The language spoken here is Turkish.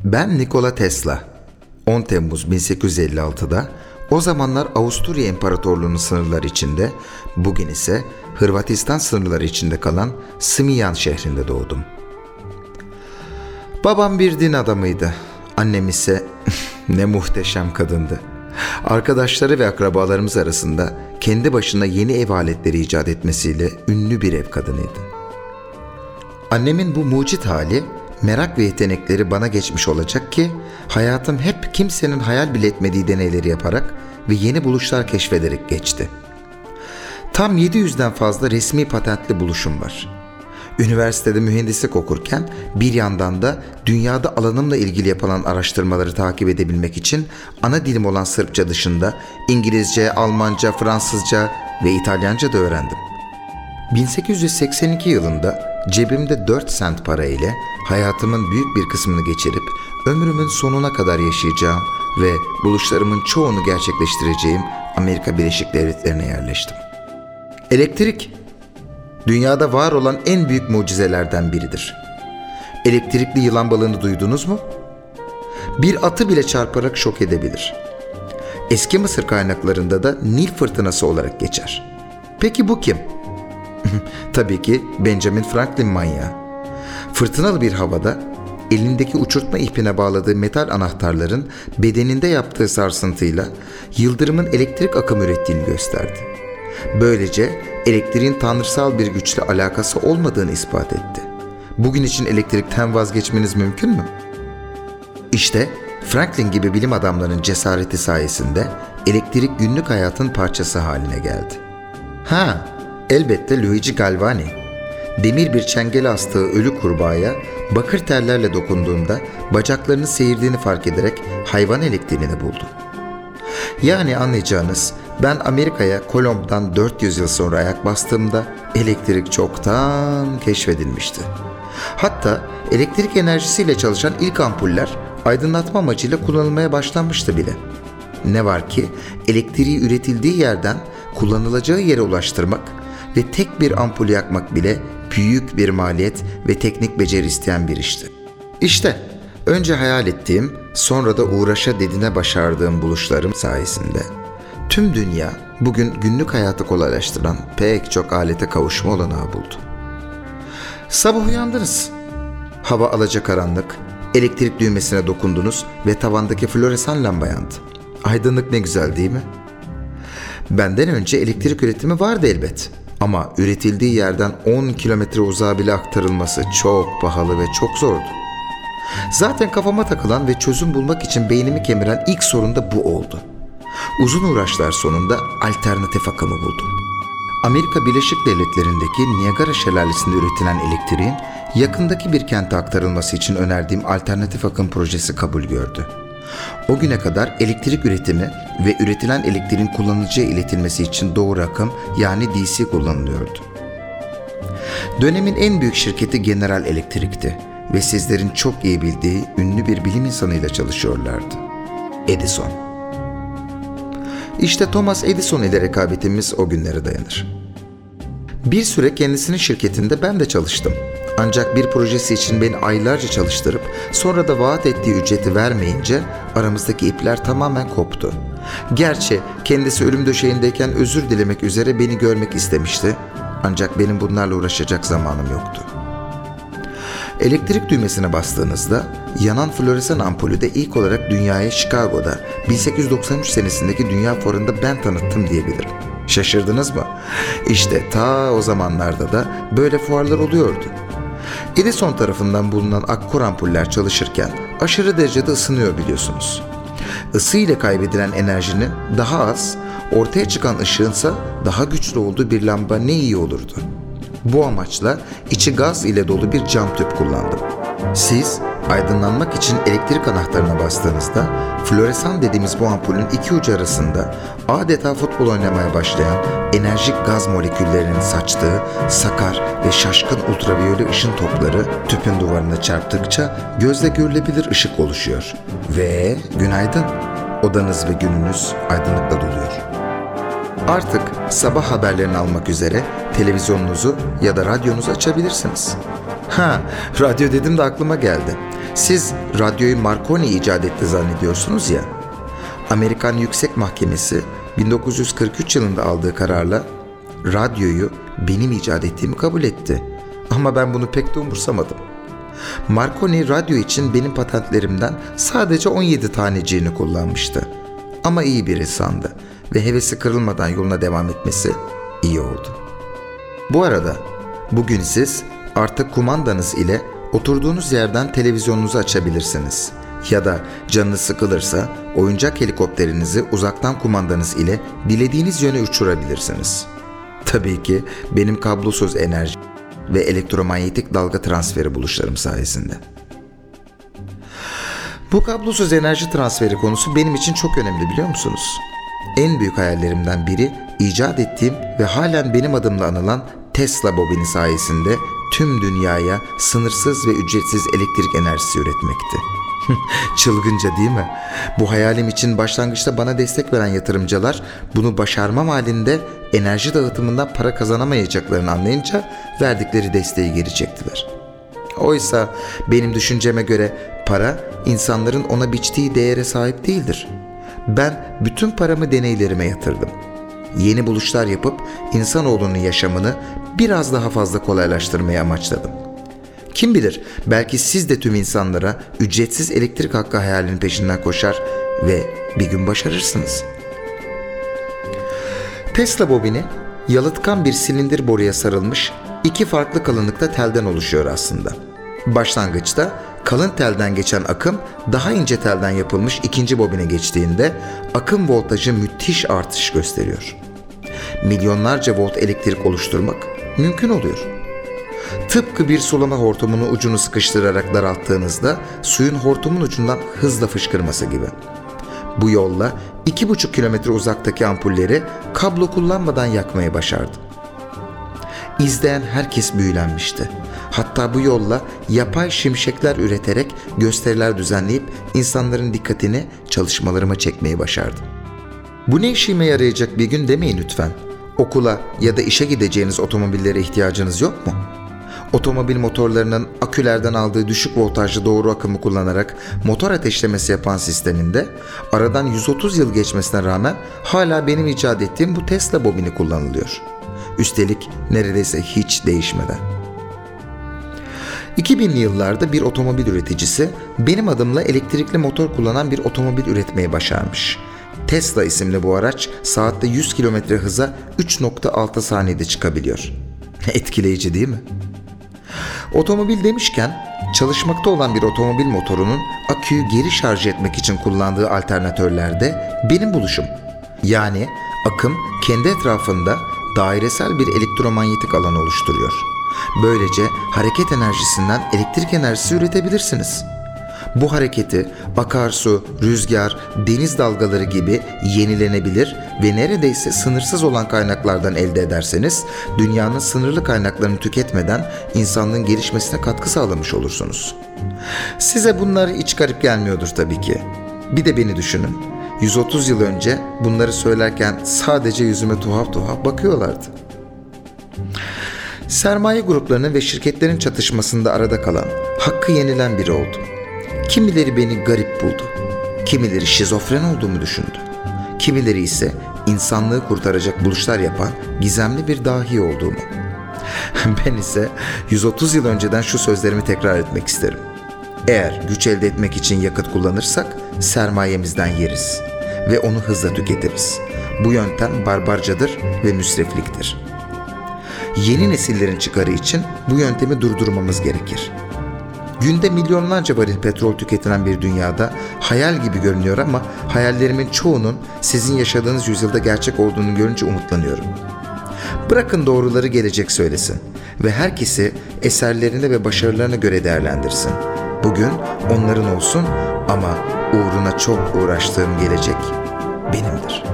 Ben Nikola Tesla. 10 Temmuz 1856'da o zamanlar Avusturya İmparatorluğu'nun sınırları içinde, bugün ise Hırvatistan sınırları içinde kalan Smiyan şehrinde doğdum. Babam bir din adamıydı. Annem ise ne muhteşem kadındı. Arkadaşları ve akrabalarımız arasında kendi başına yeni ev aletleri icat etmesiyle ünlü bir ev kadınıydı. Annemin bu mucit hali, merak ve yetenekleri bana geçmiş olacak ki hayatım hep kimsenin hayal bile etmediği deneyleri yaparak ve yeni buluşlar keşfederek geçti. Tam 700'den fazla resmi patentli buluşum var. Üniversitede mühendislik okurken bir yandan da dünyada alanımla ilgili yapılan araştırmaları takip edebilmek için ana dilim olan Sırpça dışında İngilizce, Almanca, Fransızca ve İtalyanca da öğrendim. 1882 yılında cebimde 4 sent para ile hayatımın büyük bir kısmını geçirip ömrümün sonuna kadar yaşayacağım ve buluşlarımın çoğunu gerçekleştireceğim Amerika Birleşik Devletleri'ne yerleştim. Elektrik, dünyada var olan en büyük mucizelerden biridir. Elektrikli yılan balığını duydunuz mu? Bir atı bile çarparak şok edebilir. Eski Mısır kaynaklarında da Nil fırtınası olarak geçer. Peki bu kim? Tabii ki Benjamin Franklin manyağı. Fırtınalı bir havada elindeki uçurtma ipine bağladığı metal anahtarların bedeninde yaptığı sarsıntıyla yıldırımın elektrik akımı ürettiğini gösterdi. Böylece elektriğin tanrısal bir güçle alakası olmadığını ispat etti. Bugün için elektrikten vazgeçmeniz mümkün mü? İşte Franklin gibi bilim adamlarının cesareti sayesinde elektrik günlük hayatın parçası haline geldi. Elbette Luigi Galvani, demir bir çengel astığı ölü kurbağaya bakır tellerle dokunduğunda bacaklarının seyirdiğini fark ederek hayvan elektriğini buldu. Yani anlayacağınız, ben Amerika'ya Kolomb'dan 400 yıl sonra ayak bastığımda elektrik çoktan keşfedilmişti. Hatta elektrik enerjisiyle çalışan ilk ampuller aydınlatma amacıyla kullanılmaya başlanmıştı bile. Ne var ki elektriği üretildiği yerden kullanılacağı yere ulaştırmak ve tek bir ampul yakmak bile büyük bir maliyet ve teknik beceri isteyen bir işti. İşte önce hayal ettiğim, sonra da uğraşa dedine başardığım buluşlarım sayesinde tüm dünya bugün günlük hayatı kolaylaştıran pek çok alete kavuşma olanağı buldu. Sabah uyandınız. Hava alacakaranlık, elektrik düğmesine dokundunuz ve tavandaki floresan lamba yandı. Aydınlık ne güzel değil mi? Benden önce elektrik üretimi vardı elbet. Ama üretildiği yerden 10 kilometre uzağa bile aktarılması çok pahalı ve çok zordu. Zaten kafama takılan ve çözüm bulmak için beynimi kemiren ilk sorun da bu oldu. Uzun uğraşlar sonunda alternatif akımı buldum. Amerika Birleşik Devletleri'ndeki Niagara Şelalesi'nde üretilen elektriğin yakındaki bir kente aktarılması için önerdiğim alternatif akım projesi kabul gördü. O güne kadar elektrik üretimi ve üretilen elektriğin kullanıcıya iletilmesi için doğru akım yani DC kullanılıyordu. Dönemin en büyük şirketi General Electric'ti ve sizlerin çok iyi bildiği ünlü bir bilim insanıyla çalışıyorlardı. Edison. İşte Thomas Edison ile rekabetimiz o günlere dayanır. Bir süre kendisinin şirketinde ben de çalıştım. Ancak bir projesi için beni aylarca çalıştırıp sonra da vaat ettiği ücreti vermeyince aramızdaki ipler tamamen koptu. Gerçi kendisi ölüm döşeğindeyken özür dilemek üzere beni görmek istemişti. Ancak benim bunlarla uğraşacak zamanım yoktu. Elektrik düğmesine bastığınızda yanan floresan ampulü de ilk olarak dünyaya Chicago'da 1893 senesindeki Dünya Fuarı'nda ben tanıttım diyebilirim. Şaşırdınız mı? İşte ta o zamanlarda da böyle fuarlar oluyordu. Edison tarafından bulunan akkor ampuller çalışırken aşırı derecede ısınıyor biliyorsunuz. Isı ile kaybedilen enerjinin daha az, ortaya çıkan ışığınsa daha güçlü olduğu bir lamba ne iyi olurdu. Bu amaçla içi gaz ile dolu bir cam tüp kullandım. Siz aydınlanmak için elektrik anahtarına bastığınızda floresan dediğimiz bu ampulün iki ucu arasında adeta futbol oynamaya başlayan enerjik gaz moleküllerinin saçtığı sakar ve şaşkın ultraviyole ışın topları tüpün duvarına çarptıkça gözle görülebilir ışık oluşuyor. Ve günaydın, odanız ve gününüz aydınlıkla doluyor. Artık sabah haberlerini almak üzere televizyonunuzu ya da radyonuzu açabilirsiniz. Radyo dedim de aklıma geldi. Siz radyoyu Marconi icat etti zannediyorsunuz ya. Amerikan Yüksek Mahkemesi 1943 yılında aldığı kararla radyoyu benim icat ettiğimi kabul etti. Ama ben bunu pek de umursamadım. Marconi radyo için benim patentlerimden sadece 17 taneciğini kullanmıştı. Ama iyi bir insandı ve hevesi kırılmadan yoluna devam etmesi iyi oldu. Bu arada bugün siz artık kumandanız ile oturduğunuz yerden televizyonunuzu açabilirsiniz. Ya da canınız sıkılırsa oyuncak helikopterinizi uzaktan kumandanız ile dilediğiniz yöne uçurabilirsiniz. Tabii ki benim kablosuz enerji ve elektromanyetik dalga transferi buluşlarım sayesinde. Bu kablosuz enerji transferi konusu benim için çok önemli, biliyor musunuz? En büyük hayallerimden biri icat ettiğim ve halen benim adımla anılan Tesla bobini sayesinde tüm dünyaya sınırsız ve ücretsiz elektrik enerjisi üretmekti. Çılgınca değil mi? Bu hayalim için başlangıçta bana destek veren yatırımcılar bunu başarmam halinde enerji dağıtımından para kazanamayacaklarını anlayınca verdikleri desteği geri çektiler. Oysa benim düşünceme göre para insanların ona biçtiği değere sahip değildir. Ben bütün paramı deneylerime yatırdım. Yeni buluşlar yapıp insanoğlunun yaşamını biraz daha fazla kolaylaştırmayı amaçladım. Kim bilir, belki siz de tüm insanlara ücretsiz elektrik hakkı hayalinin peşinden koşar ve bir gün başarırsınız. Tesla bobini yalıtkan bir silindir boruya sarılmış iki farklı kalınlıkta telden oluşuyor aslında. Başlangıçta kalın telden geçen akım daha ince telden yapılmış ikinci bobine geçtiğinde akım voltajı müthiş artış gösteriyor. Milyonlarca volt elektrik oluşturmak mümkün oluyor. Tıpkı bir sulama hortumunun ucunu sıkıştırarak daralttığınızda suyun hortumun ucundan hızla fışkırması gibi. Bu yolla 2,5 kilometre uzaktaki ampulleri kablo kullanmadan yakmayı başardı. İzleyen herkes büyülenmişti. Hatta bu yolla yapay şimşekler üreterek gösteriler düzenleyip insanların dikkatini çalışmalarıma çekmeyi başardım. Bu ne işime yarayacak bir gün demeyin lütfen. Okula ya da işe gideceğiniz otomobillere ihtiyacınız yok mu? Otomobil motorlarının akülerden aldığı düşük voltajlı doğru akımı kullanarak motor ateşlemesi yapan sisteminde aradan 130 yıl geçmesine rağmen hala benim icat ettiğim bu Tesla bobini kullanılıyor. Üstelik neredeyse hiç değişmeden. 2000'li yıllarda bir otomobil üreticisi benim adımla elektrikli motor kullanan bir otomobil üretmeyi başarmış. Tesla isimli bu araç saatte 100 km hıza 3,6 saniyede çıkabiliyor. Etkileyici değil mi? Otomobil demişken çalışmakta olan bir otomobil motorunun aküyü geri şarj etmek için kullandığı alternatörler de benim buluşum. Yani akım kendi etrafında dairesel bir elektromanyetik alan oluşturuyor. Böylece hareket enerjisinden elektrik enerjisi üretebilirsiniz. Bu hareketi akarsu, rüzgar, deniz dalgaları gibi yenilenebilir ve neredeyse sınırsız olan kaynaklardan elde ederseniz dünyanın sınırlı kaynaklarını tüketmeden insanlığın gelişmesine katkı sağlamış olursunuz. Size bunlar hiç garip gelmiyordur tabii ki. Bir de beni düşünün. 130 yıl önce bunları söylerken sadece yüzüme tuhaf tuhaf bakıyorlardı. Sermaye gruplarının ve şirketlerin çatışmasında arada kalan, hakkı yenilen biri oldum. Kimileri beni garip buldu. Kimileri şizofren olduğumu düşündü. Kimileri ise insanlığı kurtaracak buluşlar yapan gizemli bir dahi olduğumu. Ben ise 130 yıl önceden şu sözlerimi tekrar etmek isterim. Eğer güç elde etmek için yakıt kullanırsak sermayemizden yeriz ve onu hızla tüketiriz. Bu yöntem barbarcadır ve müsrifliktir. Yeni nesillerin çıkarı için bu yöntemi durdurmamız gerekir. Günde milyonlarca varil petrol tüketilen bir dünyada hayal gibi görünüyor ama hayallerimin çoğunun sizin yaşadığınız yüzyılda gerçek olduğunu görünce umutlanıyorum. Bırakın doğruları gelecek söylesin ve herkesi eserlerine ve başarılarına göre değerlendirsin. Bugün onların olsun ama uğruna çok uğraştığım gelecek benimdir.